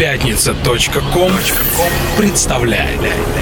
Пятница.ком представляет.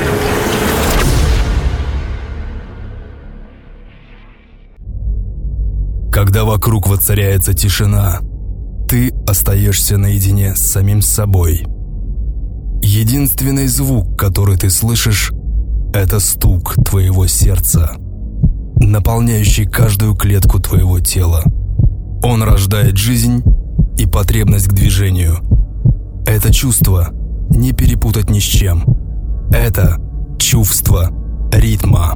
Когда вокруг воцаряется тишина, ты остаешься наедине с самим собой. Единственный звук, который ты слышишь, это стук твоего сердца, наполняющий каждую клетку твоего тела. Он рождает жизнь и потребность к движению. Это чувство не перепутать ни с чем. Это чувство ритма.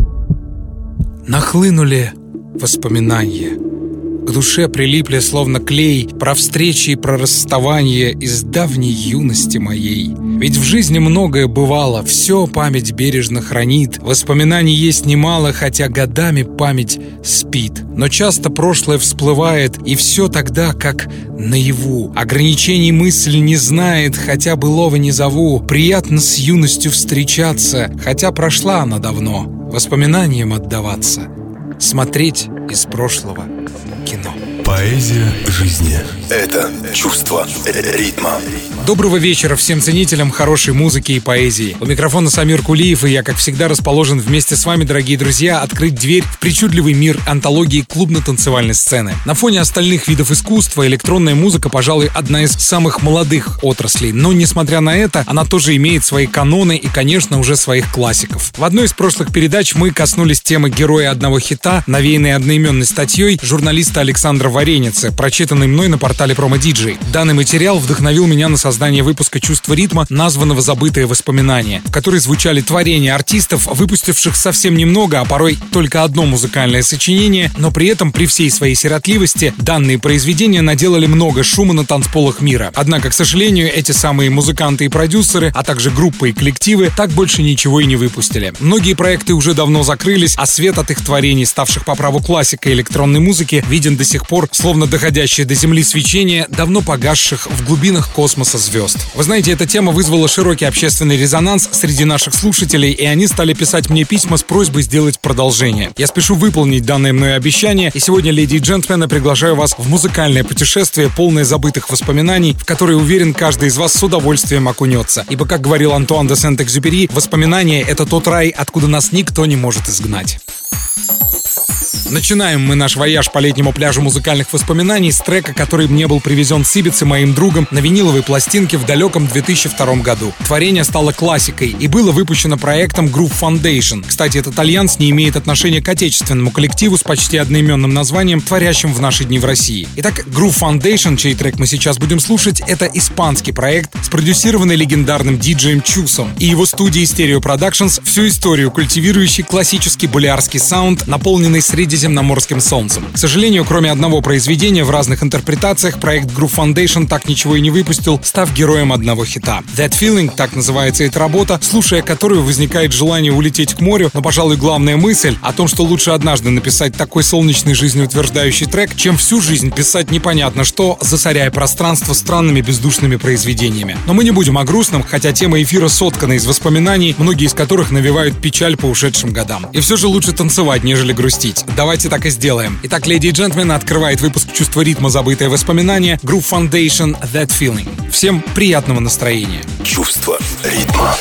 Нахлынули воспоминания. К душе прилипли словно клей про встречи и про расставание из давней юности моей. Ведь в жизни многое бывало, все память бережно хранит. Воспоминаний есть немало, хотя годами память спит. Но часто прошлое всплывает, и все тогда как наяву. Ограничений мысль не знает, хотя былого не зову. Приятно с юностью встречаться, хотя прошла она давно. Воспоминаниям отдаваться, смотреть из прошлого кино. Поэзия жизни – это чувство ритма. Доброго вечера всем ценителям хорошей музыки и поэзии. У микрофона Самир Кулиев, и я, как всегда, расположен вместе с вами, дорогие друзья, открыть дверь в причудливый мир антологии клубно-танцевальной сцены. На фоне остальных видов искусства электронная музыка, пожалуй, одна из самых молодых отраслей. Но, несмотря на это, она тоже имеет свои каноны и, конечно, уже своих классиков. В одной из прошлых передач мы коснулись темы героя одного хита, навеянной одноименной статьей журналиста Александра Вареницы, прочитанной мной на портале Промо Диджей. Данный материал вдохновил меня на создание выпуска «Чувство ритма», названного «Забытые воспоминания», в которой звучали творения артистов, выпустивших совсем немного, а порой только одно музыкальное сочинение, но при этом, при всей своей сиротливости, данные произведения наделали много шума на танцполах мира. Однако, к сожалению, эти самые музыканты и продюсеры, а также группы и коллективы, так больше ничего и не выпустили. Многие проекты уже давно закрылись, а свет от их творений, ставших по праву классикой электронной музыки, виден до сих пор, словно доходящее до Земли свечение давно погасших в глубинах космоса звезд. Вы знаете, эта тема вызвала широкий общественный резонанс среди наших слушателей, и они стали писать мне письма с просьбой сделать продолжение. Я спешу выполнить данное мною обещание, и сегодня, леди и джентльмены, приглашаю вас в музыкальное путешествие, полное забытых воспоминаний, в которое, уверен, каждый из вас с удовольствием окунется. Ибо, как говорил Антуан де Сент-Экзюпери, воспоминания — это тот рай, откуда нас никто не может изгнать. Начинаем мы наш вояж по летнему пляжу музыкальных воспоминаний с трека, который мне был привезен с Ибицы моим другом на виниловой пластинке в далеком 2002 году. Творение стало классикой и было выпущено проектом Groove Foundation. Кстати, этот альянс не имеет отношения к отечественному коллективу с почти одноименным названием, творящим в наши дни в России. Итак, Groove Foundation, чей трек мы сейчас будем слушать, это испанский проект, спродюсированный легендарным диджеем Чусом и его студией Stereo Productions, всю историю культивирующий классический булярский саунд, наполненный средиземноморским солнцем. К сожалению, кроме одного произведения в разных интерпретациях, проект Groove Foundation так ничего и не выпустил, став героем одного хита. That Feeling, так называется эта работа, слушая которую возникает желание улететь к морю, но, пожалуй, главная мысль о том, что лучше однажды написать такой солнечный жизнеутверждающий трек, чем всю жизнь писать непонятно что, засоряя пространство странными бездушными произведениями. Но мы не будем о грустном, хотя тема эфира соткана из воспоминаний, многие из которых навевают печаль по ушедшим годам. И все же лучше танцевать, нежели грустить. Давайте так и сделаем. Итак, леди и джентльмены, открывает выпуск «Чувство ритма. Забытые воспоминания» Groove Foundation That Feeling. Всем приятного настроения. Чувство ритма.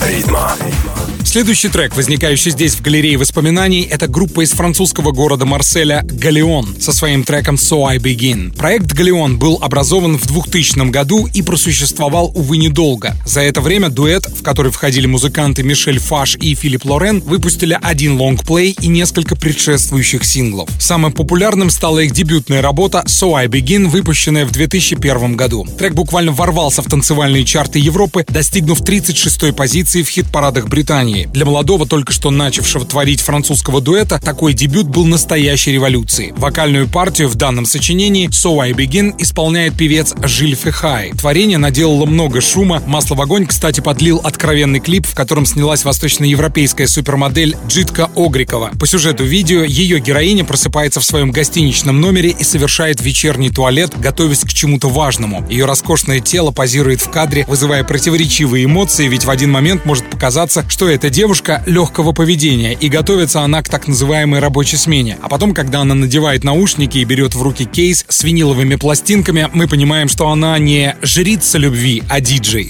ритма. Следующий трек, возникающий здесь в галерее воспоминаний, это группа из французского города Марселя «Галеон» со своим треком «So I Begin». Проект «Галеон» был образован в 2000 году и просуществовал, увы, недолго. За это время дуэт, в который входили музыканты Мишель Фаш и Филипп Лорен, выпустили один лонгплей и несколько предшествующих синглов. Самым популярным стала их дебютная работа «So I Begin», выпущенная в 2001 году. Трек буквально ворвался в танцевальные чарты Европы, достигнув 36-й позиции в хит-парадах Британии. Для молодого, только что начавшего творить французского дуэта, такой дебют был настоящей революцией. Вокальную партию в данном сочинении «So I Begin» исполняет певец Жиль Фехай. Творение наделало много шума. Масло в огонь, кстати, подлил откровенный клип, в котором снялась восточноевропейская супермодель Джитка Огрикова. По сюжету видео ее героиня просыпается в своем гостиничном номере и совершает вечерний туалет, готовясь к чему-то важному. Ее роскошное тело позирует в кадре, вызывая противоречивые эмоции, ведь в один момент может показаться, что это девушка легкого поведения, и готовится она к так называемой рабочей смене. А потом, когда она надевает наушники и берет в руки кейс с виниловыми пластинками, мы понимаем, что она не жрица любви, а диджей.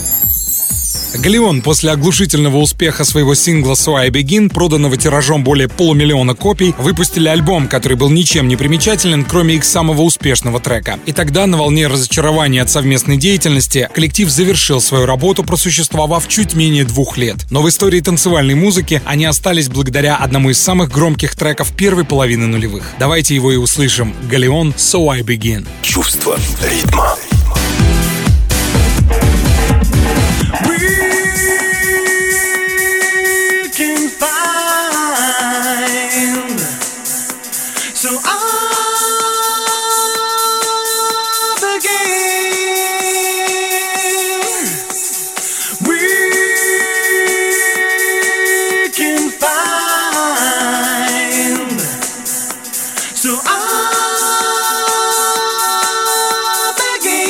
Галеон после оглушительного успеха своего сингла «So I Begin», проданного тиражом более 500 000 копий, выпустили альбом, который был ничем не примечателен, кроме их самого успешного трека. И тогда, на волне разочарования от совместной деятельности, коллектив завершил свою работу, просуществовав чуть менее 2 лет. Но в истории танцевальной музыки они остались благодаря одному из самых громких треков первой половины нулевых. Давайте его и услышим. Галеон «So I Begin». Чувство ритма. So I begin.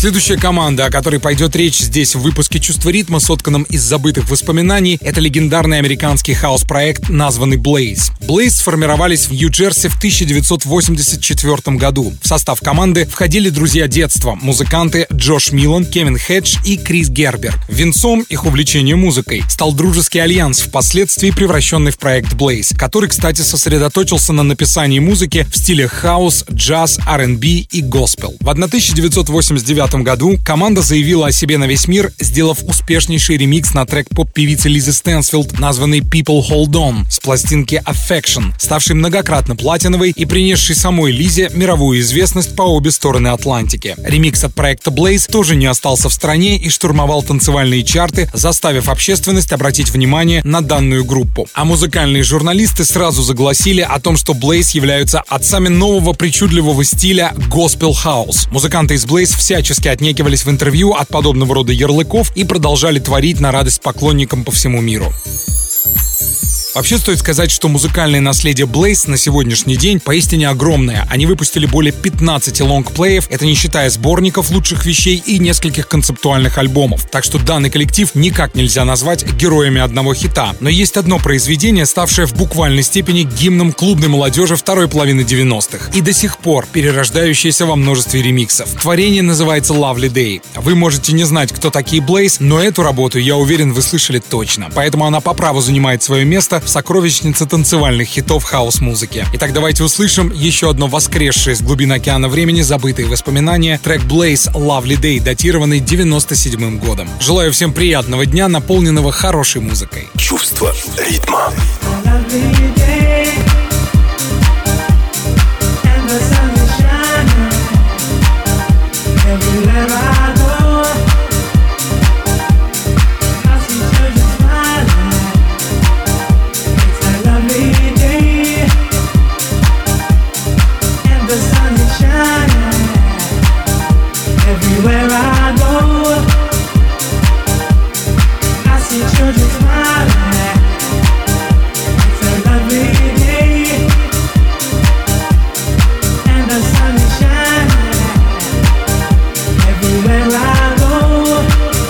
Следующая команда, о которой пойдет речь здесь в выпуске «Чувство ритма», сотканном из забытых воспоминаний, это легендарный американский хаус-проект, названный Blaze. Blaze сформировались в Нью-Джерси в 1984 году. В состав команды входили друзья детства, музыканты Джош Милан, Кевин Хедж и Крис Гербер. Венцом их увлечения музыкой стал дружеский альянс, впоследствии превращенный в проект Blaze, который, кстати, сосредоточился на написании музыки в стилях хаус, джаз, R&B и госпел. В 1989 году команда заявила о себе на весь мир, сделав успешнейший ремикс на трек поп-певицы Лизы Стэнсфилд, названный People Hold On, с пластинки Affection, ставший многократно платиновой и принесший самой Лизе мировую известность по обе стороны Атлантики. Ремикс от проекта Blaze тоже не остался в стране и штурмовал танцевальные чарты, заставив общественность обратить внимание на данную группу. А музыкальные журналисты сразу загласили о том, что Blaze являются отцами нового причудливого стиля Gospel House. Музыканты из Blaze всячески отнекивались в интервью от подобного рода ярлыков и продолжали творить на радость поклонникам по всему миру. Вообще стоит сказать, что музыкальное наследие Blaze на сегодняшний день поистине огромное. Они выпустили более 15 лонгплеев, это не считая сборников лучших вещей и нескольких концептуальных альбомов. Так что данный коллектив никак нельзя назвать героями одного хита. Но есть одно произведение, ставшее в буквальной степени гимном клубной молодежи второй половины 90-х. И до сих пор перерождающееся во множестве ремиксов. Творение называется Lovely Day. Вы можете не знать, кто такие Blaze, но эту работу, я уверен, вы слышали точно. Поэтому она по праву занимает свое место в сокровищнице танцевальных хитов хаус-музыки. Итак, давайте услышим еще одно воскресшее из глубин океана времени забытые воспоминания. Трек Blaze Lovely Day, датированный 97 годом. Желаю всем приятного дня, наполненного хорошей музыкой. Чувство ритма. Everywhere I go, I see children smiling. It's a lovely day, and the sun is shining. Everywhere I go,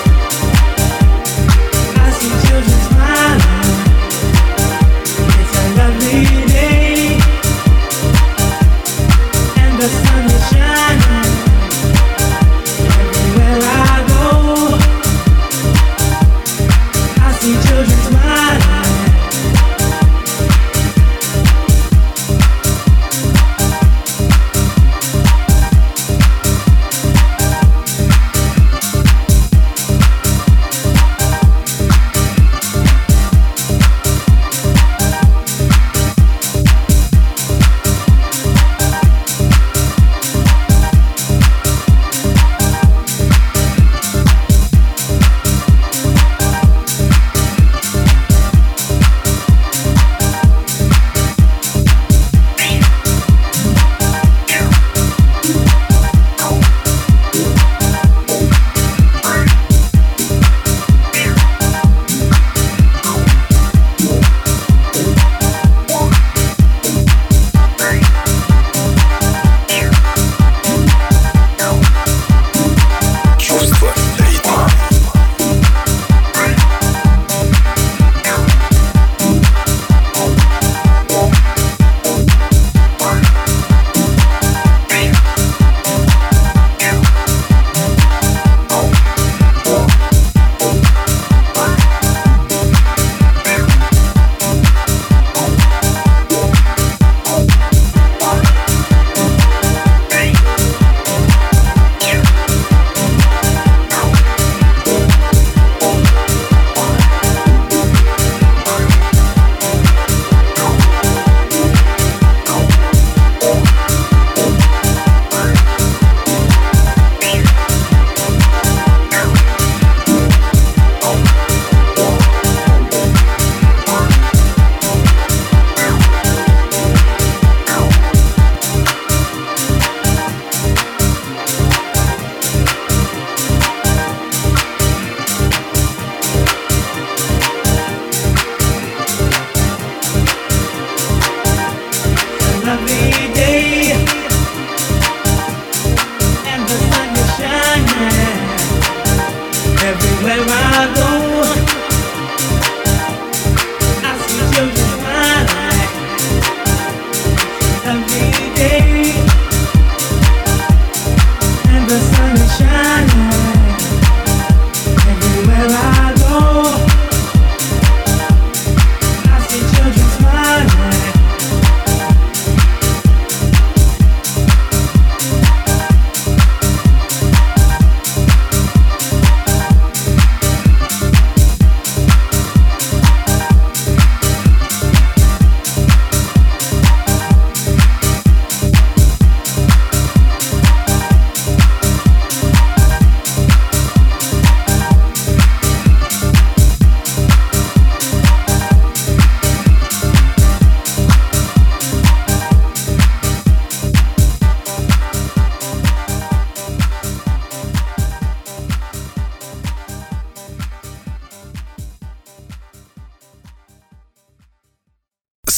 I see children smiling. It's a lovely day, and the sun is shining. Everywhere I go, I see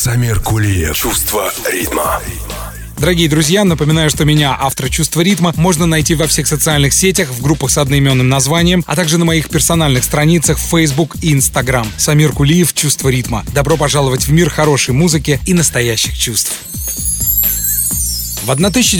Самир Кулиев. Чувство ритма. Дорогие друзья, напоминаю, что меня, автора «Чувства ритма», можно найти во всех социальных сетях, в группах с одноименным названием, а также на моих персональных страницах в Facebook и Instagram. Самир Кулиев, «Чувство ритма». Добро пожаловать в мир хорошей музыки и настоящих чувств. В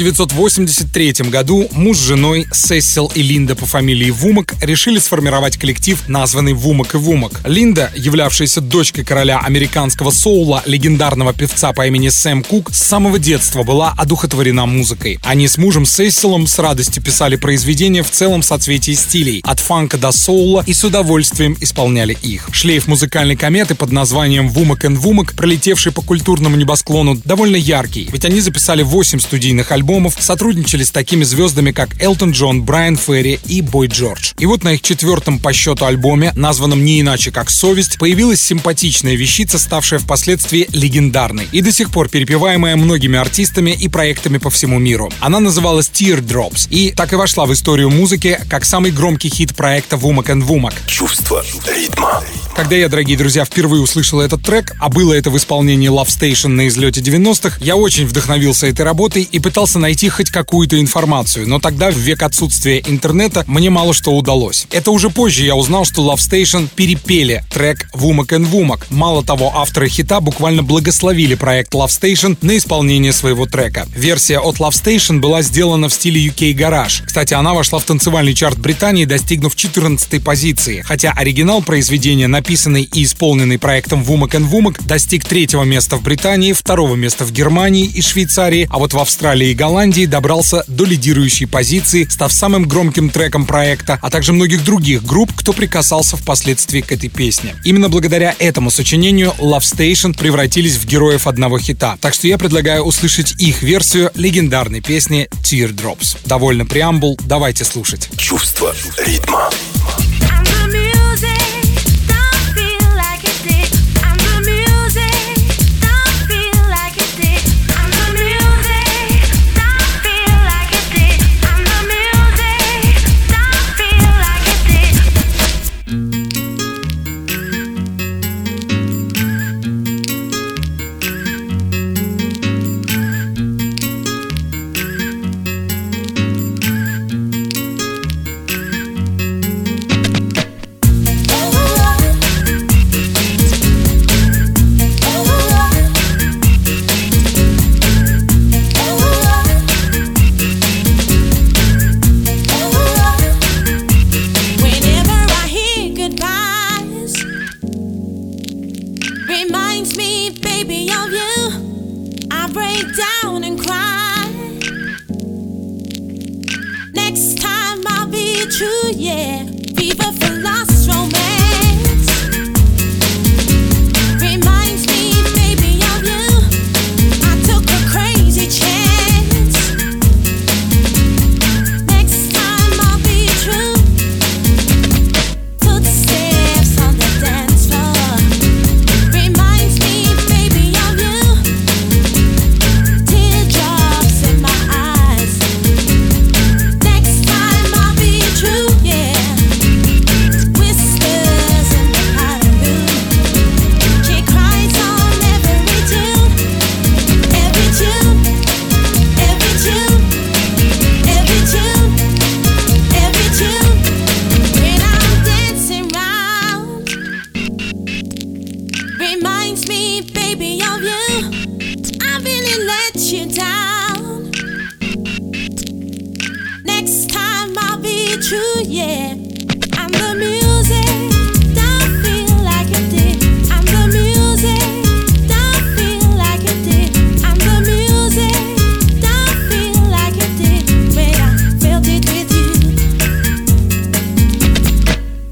1983 году муж с женой Сесил и Линда по фамилии Вумак решили сформировать коллектив, названный Вумак и Вумак. Линда, являвшаяся дочкой короля американского соула, легендарного певца по имени Сэм Кук, с самого детства была одухотворена музыкой. Они с мужем Сесилом с радостью писали произведения в целом соцветии стилей, от фанка до соула, и с удовольствием исполняли их. Шлейф музыкальной кометы под названием Вумак энд Вумак, пролетевший по культурному небосклону, довольно яркий, ведь они записали 8 студийных альбомов, сотрудничали с такими звездами, как Элтон Джон, Брайан Ферри и Бой Джордж. И вот на их 4-м по счету альбоме, названном не иначе как «Совесть», появилась симпатичная вещица, ставшая впоследствии легендарной и до сих пор перепеваемая многими артистами и проектами по всему миру. Она называлась Teardrops и так и вошла в историю музыки как самый громкий хит проекта Вумак энд Вумак. Чувство ритма. Когда я, дорогие друзья, впервые услышал этот трек, а было это в исполнении Love Station на излете 90-х, я очень вдохновился этой работой и пытался найти хоть какую-то информацию, но тогда, в век отсутствия интернета, мне мало что удалось. Это уже позже я узнал, что Love Station перепели трек Вумак энд Вумак. Мало того, авторы хита буквально благословили проект Love Station на исполнение своего трека. Версия от Love Station была сделана в стиле UK Garage. Кстати, она вошла в танцевальный чарт Британии, достигнув 14-й позиции, хотя оригинал произведения, написанный и исполненный проектом Вумак энд Вумак, достиг 3-го места в Британии, 2-го места в Германии и Швейцарии, а вот в Австралии и Голландии добрался до лидирующей позиции, став самым громким треком проекта, а также многих других групп, кто прикасался впоследствии к этой песне. Именно благодаря этому сочинению Love Station превратились в героев одного хита. Так что я предлагаю услышать их версию легендарной песни Teardrops. Довольно преамбул, давайте слушать. Чувство ритма.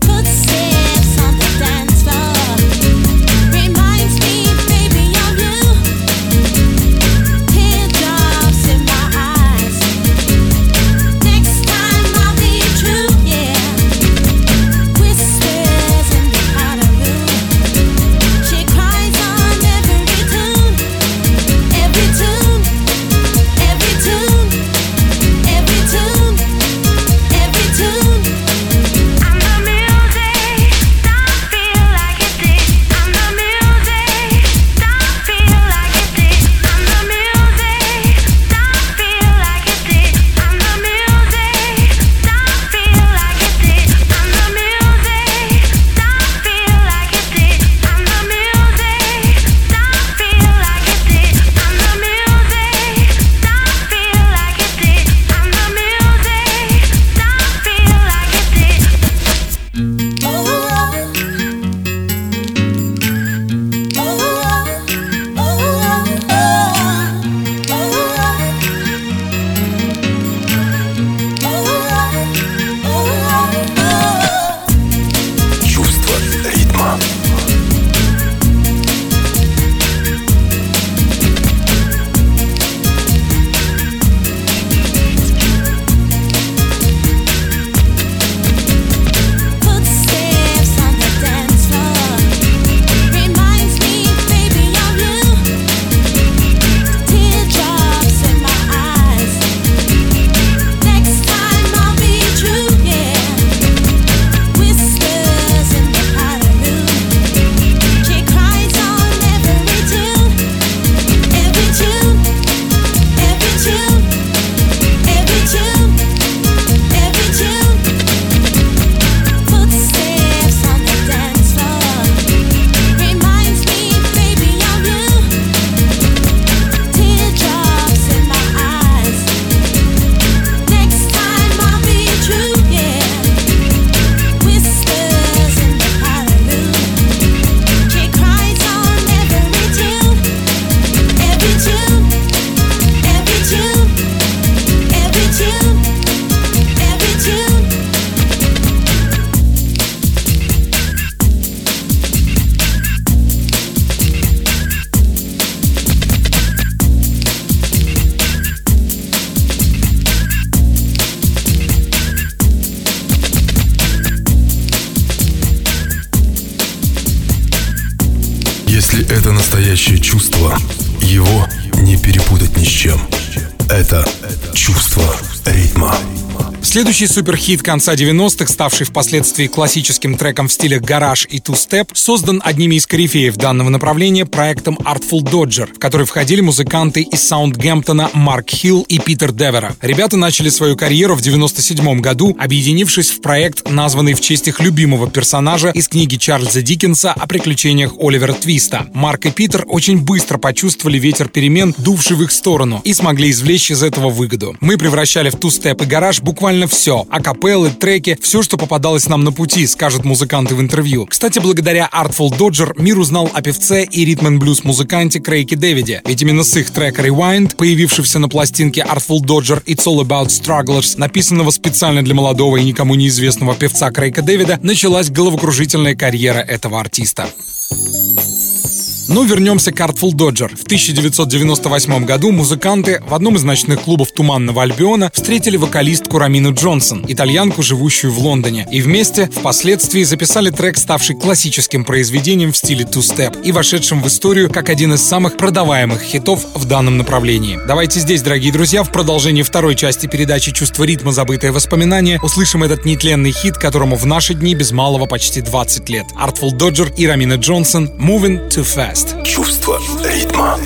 Reminds me, baby, of you. Если это настоящее чувство, его не перепутать ни с чем. Это чувство ритма. Следующий суперхит конца 90-х, ставший впоследствии классическим треком в стилях гараж и ту-степ, создан одними из корифеев данного направления проектом Artful Dodger, в который входили музыканты из Саундгемптона Марк Хилл и Питер Девера. Ребята начали свою карьеру в 97 году, объединившись в проект, названный в честь их любимого персонажа из книги Чарльза Диккенса о приключениях Оливера Твиста. Марк и Питер очень быстро почувствовали ветер перемен, дувший в их сторону, и смогли извлечь из этого выгоду. Мы превращали в ту-степ и гараж буквально все. Акапеллы, треки, все, что попадалось нам на пути, скажут музыканты в интервью. Кстати, благодаря Artful Dodger мир узнал о певце и ритм-н-блюз-музыканте Крейге Дэвиде. Ведь именно с их трека Rewind, появившегося на пластинке Artful Dodger It's All About Strugglers, написанного специально для молодого и никому неизвестного певца Крейга Дэвида, началась головокружительная карьера этого артиста. Но вернемся к Artful Dodger. В 1998 году музыканты в одном из ночных клубов Туманного Альбиона встретили вокалистку Рамину Джонсон, итальянку, живущую в Лондоне, и вместе впоследствии записали трек, ставший классическим произведением в стиле two-step и вошедшим в историю как один из самых продаваемых хитов в данном направлении. Давайте здесь, дорогие друзья, в продолжении второй части передачи «Чувство ритма. Забытые воспоминания» услышим этот нетленный хит, которому в наши дни без малого почти 20 лет. Artful Dodger и Рамина Джонсон «Moving Too Fast». Чувство ритма.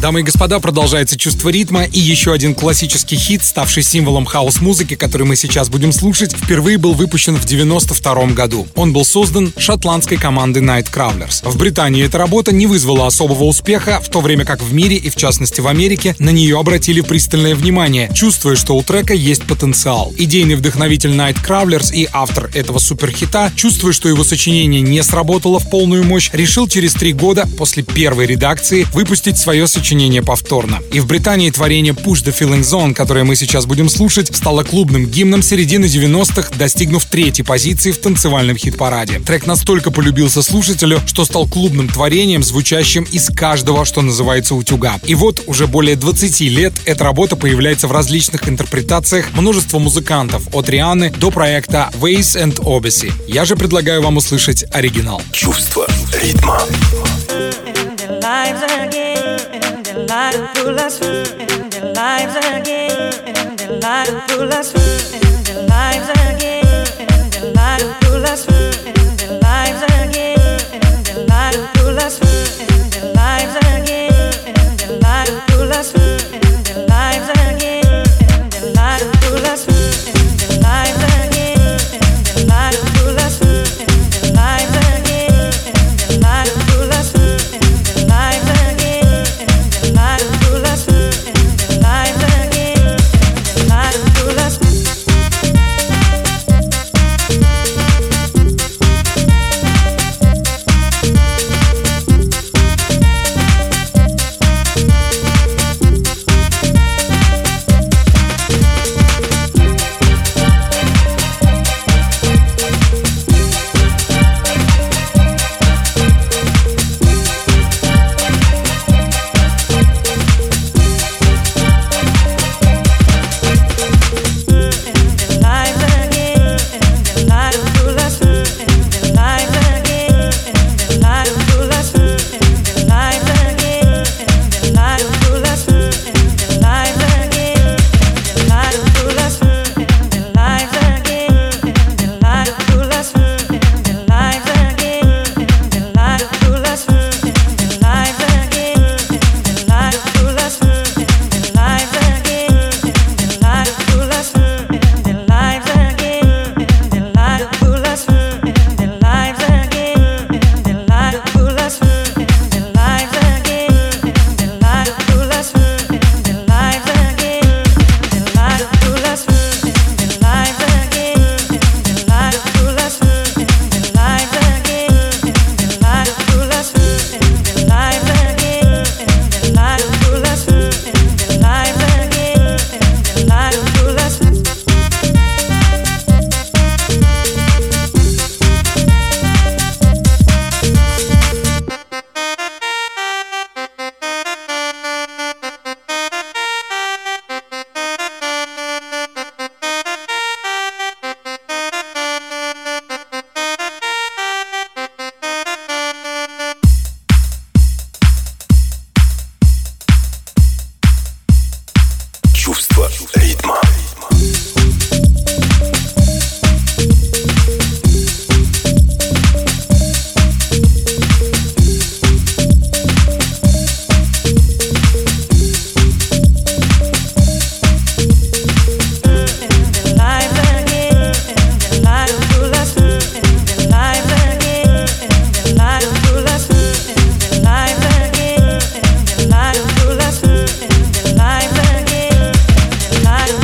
Дамы и господа, продолжается чувство ритма, и еще один классический хит, ставший символом хаус-музыки, который мы сейчас будем слушать, впервые был выпущен в 1992 году. Он был создан шотландской командой Nightcrawlers. В Британии эта работа не вызвала особого успеха, в то время как в мире и в частности в Америке на нее обратили пристальное внимание, чувствуя, что у трека есть потенциал. Идейный вдохновитель Nightcrawlers и автор этого суперхита, чувствуя, что его сочинение не сработало в полную мощь, решил через 3 года после первой редакции выпустить свое сочинение повторно. И в Британии творение Push the Feeling Zone, которое мы сейчас будем слушать, стало клубным гимном середины 90-х, достигнув 3-й позиции в танцевальном хит-параде. Трек настолько полюбился слушателю, что стал клубным творением, звучащим из каждого, что называется, утюга. И вот уже более 20 лет эта работа появляется в различных интерпретациях множества музыкантов, от Рианы до проекта Ways and Odyssey. Я же предлагаю вам услышать оригинал. Чувство ритма. Чувство ритма. Life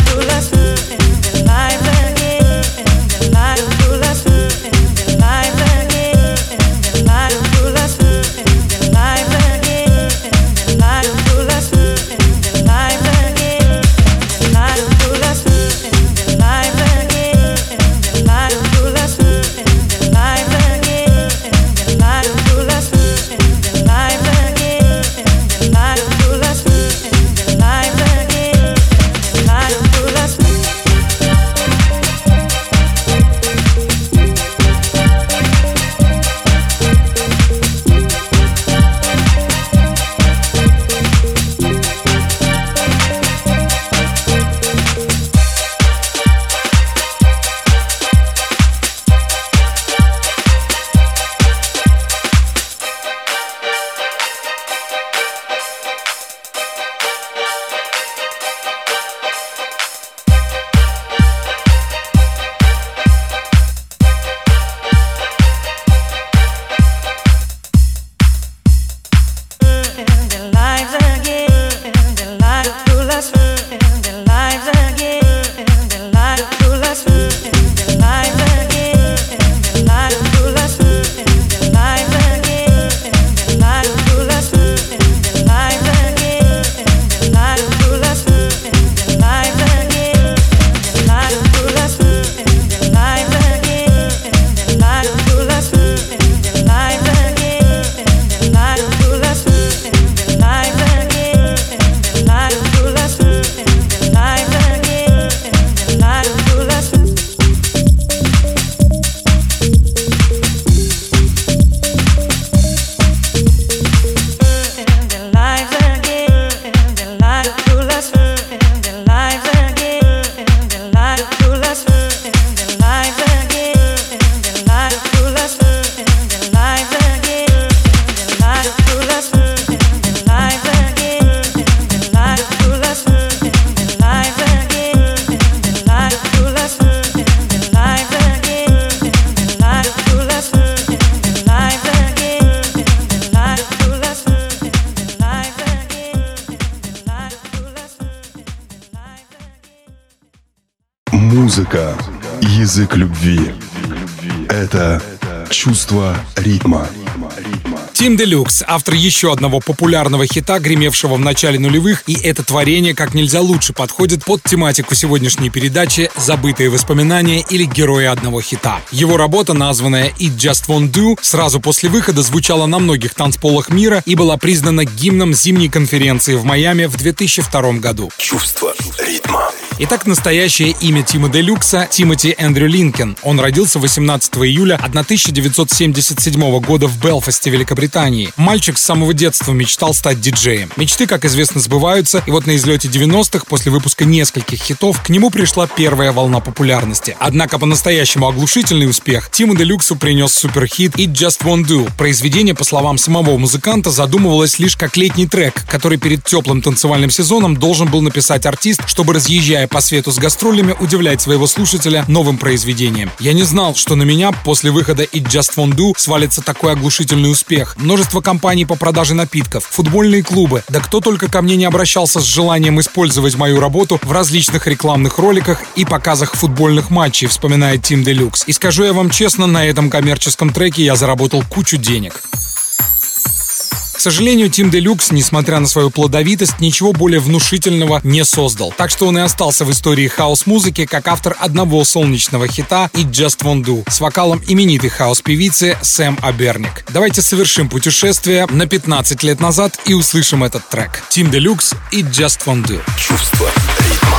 Музыка — язык любви. Это чувство ритма. Team Deluxe — автор еще одного популярного хита, гремевшего в начале нулевых, и это творение как нельзя лучше подходит под тематику сегодняшней передачи «Забытые воспоминания» или «Герои одного хита». Его работа, названная «It Just Won't Do», сразу после выхода звучала на многих танцполах мира и была признана гимном зимней конференции в Майами в 2002 году. Чувство ритма. Итак, настоящее имя Тима Делюкса — Тимоти Эндрю Линкен. Он родился 18 июля 1977 года в Белфасте, Великобритании. Мальчик с самого детства мечтал стать диджеем. Мечты, как известно, сбываются, и вот на излете 90-х, после выпуска нескольких хитов, к нему пришла первая волна популярности. Однако по-настоящему оглушительный успех Тиму Делюксу принес суперхит «It Just Won't Do». Произведение, по словам самого музыканта, задумывалось лишь как летний трек, который перед теплым танцевальным сезоном должен был написать артист, чтобы, разъезжая по свету с гастролями, удивлять своего слушателя новым произведением. Я не знал, что на меня после выхода «It Just Won't Do» свалится такой оглушительный успех. Множество компаний по продаже напитков, футбольные клубы. Да кто только ко мне не обращался с желанием использовать мою работу в различных рекламных роликах и показах футбольных матчей, вспоминает Team Deluxe. И скажу я вам честно, на этом коммерческом треке я заработал кучу денег. К сожалению, Team Deluxe, несмотря на свою плодовитость, ничего более внушительного не создал. Так что он и остался в истории хаос-музыки как автор одного солнечного хита «It Just Won't Do» с вокалом именитой хаос-певицы Сэм Аберник. Давайте совершим путешествие на 15 лет назад и услышим этот трек. Team Deluxe «It Just Won't Do». Чувство ритма.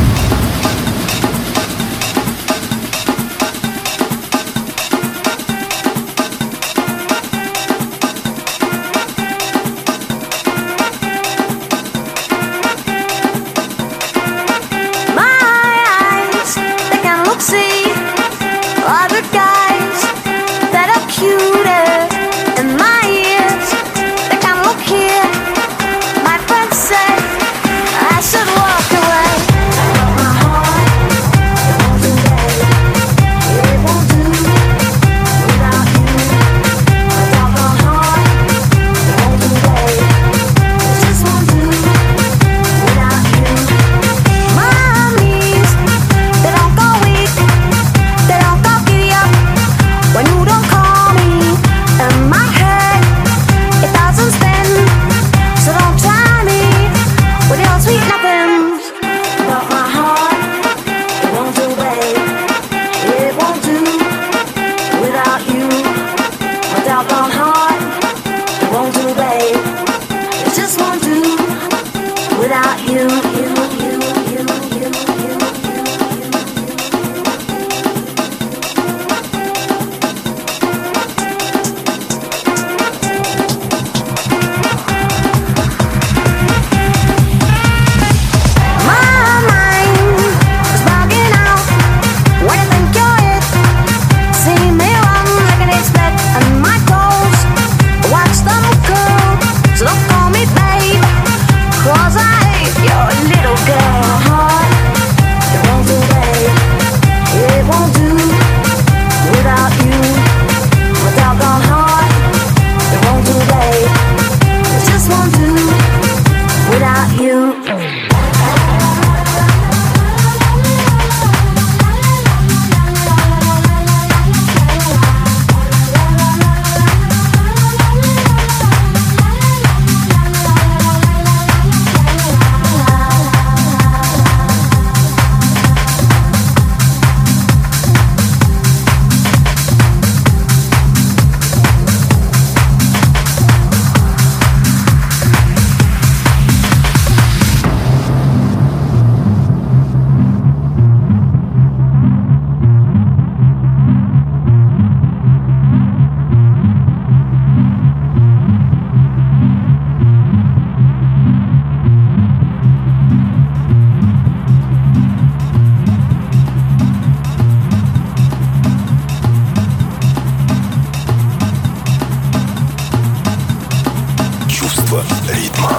ритма.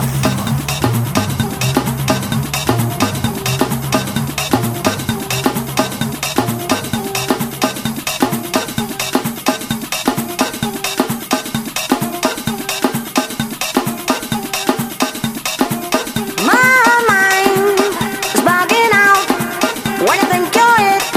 My mind is bugging out. When you think you're it,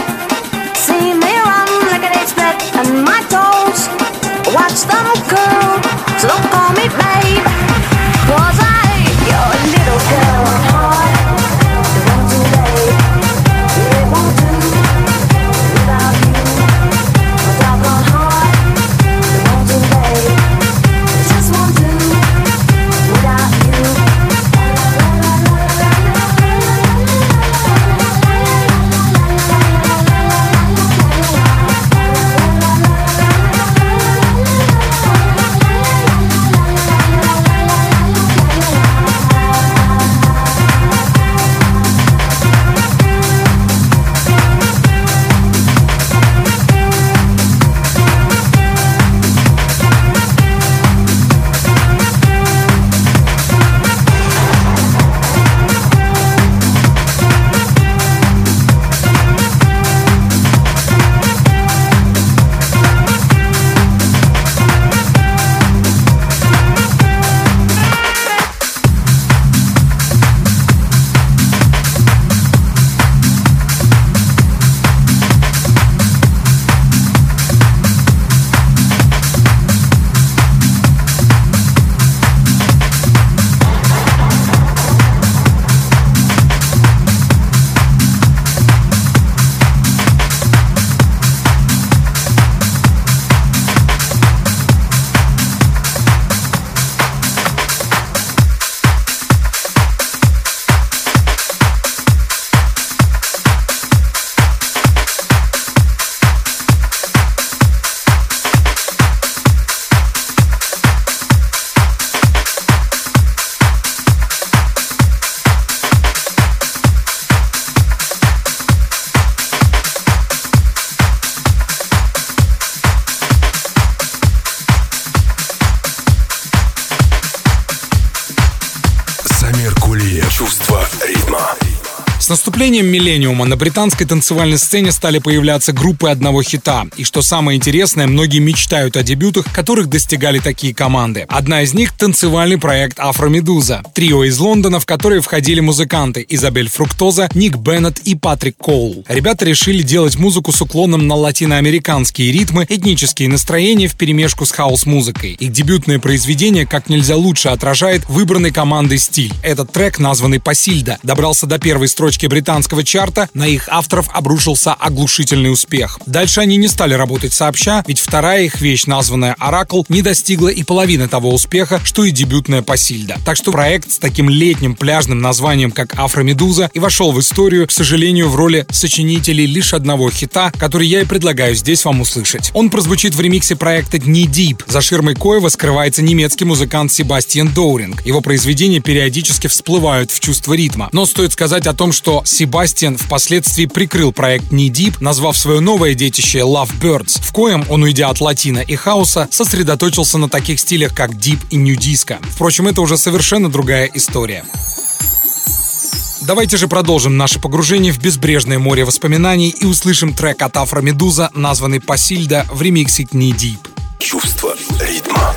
Самир Кулиев. Чувство ритма. С наступлением миллениума на британской танцевальной сцене стали появляться группы одного хита. И что самое интересное, многие мечтают о дебютах, которых достигали такие команды. Одна из них — танцевальный проект Афромедуза. Трио из Лондона, в которое входили музыканты Изабель Фруктоза, Ник Беннет и Патрик Коул. Ребята решили делать музыку с уклоном на латиноамериканские ритмы, этнические настроения вперемешку с хаус-музыкой. Их дебютное произведение как нельзя лучше отражает выбранный командой стиль. Этот трек, названный «Пасильда», добрался до первой строчки британского чарта, на их авторов обрушился оглушительный успех. Дальше они не стали работать сообща, ведь вторая их вещь, названная «Оракл», не достигла и половины того успеха, что и дебютная «Пасильда». Так что проект с таким летним пляжным названием, как «Афромедуза», и вошел в историю, к сожалению, в роли сочинителей лишь одного хита, который я и предлагаю здесь вам услышать. Он прозвучит в ремиксе проекта «Knee Deep». За ширмой коего скрывается немецкий музыкант Себастьян Доуринг. Его произведения периодически всплывают в чувство ритма. Но стоит сказать о том, что Себастьян впоследствии прикрыл проект Knee Deep, назвав свое новое детище Love Birds, в коем он, уйдя от латино и хаоса, сосредоточился на таких стилях, как дип и нью-диско. Впрочем, это уже совершенно другая история. Давайте же продолжим наше погружение в безбрежное море воспоминаний и услышим трек от Афромедуза, названный «Пасильда» в ремиксе Knee Deep. Чувство ритма.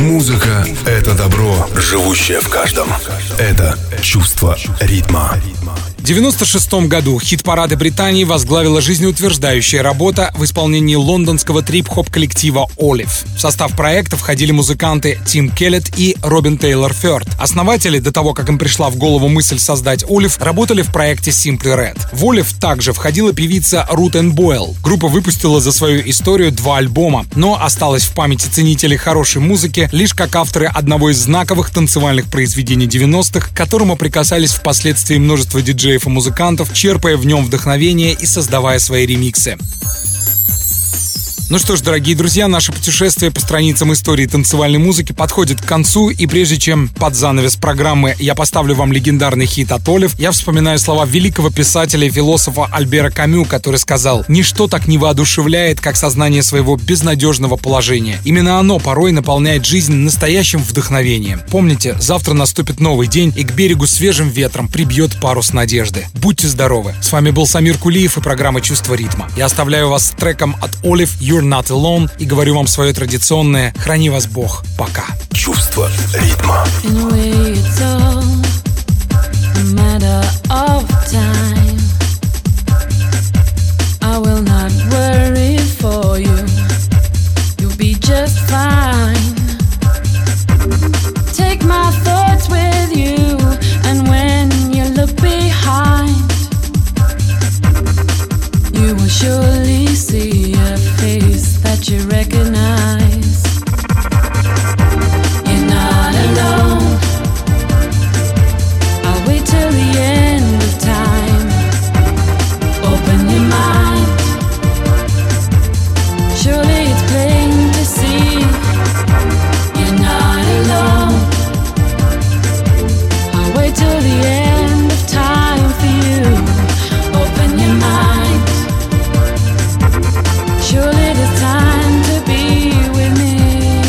Музыка — это добро, живущее в каждом. Это чувство ритма. В 1996 году хит-парады Британии возглавила жизнеутверждающая работа в исполнении лондонского трип-хоп коллектива Olive. В состав проекта входили музыканты Тим Келлет и Робин Тейлор Фёрд. Основатели, до того, как им пришла в голову мысль создать Olive, работали в проекте Simply Red. В Olive также входила певица Рут Энн Бойл. Группа выпустила за свою историю 2 альбома, но осталась в памяти ценителей хорошей музыки лишь как авторы одного из знаковых танцевальных произведений 90-х, к которому прикасались впоследствии множество диджеев и музыкантов, черпая в нем вдохновение и создавая свои ремиксы. Ну что ж, дорогие друзья, наше путешествие по страницам истории танцевальной музыки подходит к концу, и прежде чем под занавес программы я поставлю вам легендарный хит от Olive, я вспоминаю слова великого писателя и философа Альбера Камю, который сказал: «Ничто так не воодушевляет, как сознание своего безнадежного положения. Именно оно порой наполняет жизнь настоящим вдохновением. Помните, завтра наступит новый день, и к берегу свежим ветром прибьет парус надежды. Будьте здоровы. С вами был Самир Кулиев и программа «Чувство ритма». Я оставляю вас с треком от Olive «You're Not Alone» и говорю вам свое традиционное «Храни вас Бог». Пока. Чувство ритма. Surely see a face that you recognize. You're not alone. I'll wait till the end of time. Open your mind. Surely it's plain to see. You're not alone. I'll wait till the end of time for you. Open your mind. Surely there's time to be with me.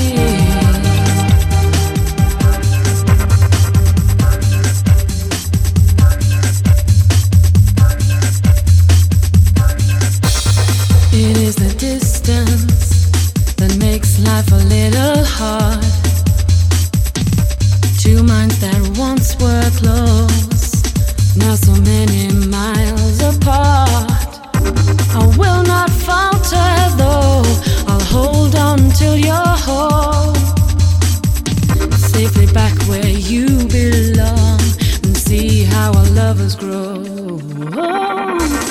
It is the distance that makes life a little hard. Two minds that once were close, now so many miles apart. I will not falter though, I'll hold on till you're home, safely back where you belong, and see how our lovers grow.